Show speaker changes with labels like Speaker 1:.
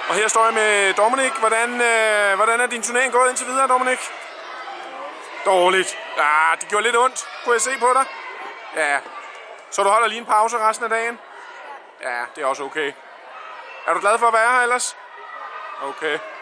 Speaker 1: Og her står jeg med Dominik. Hvordan er din turnering gået indtil videre, Dominik? Dårligt. Ja, det gjorde lidt ondt. Kunne jeg se på dig? Ja. Så du holder lige en pause resten af dagen? Ja, det er også okay. Er du glad for at være her ellers? Okay.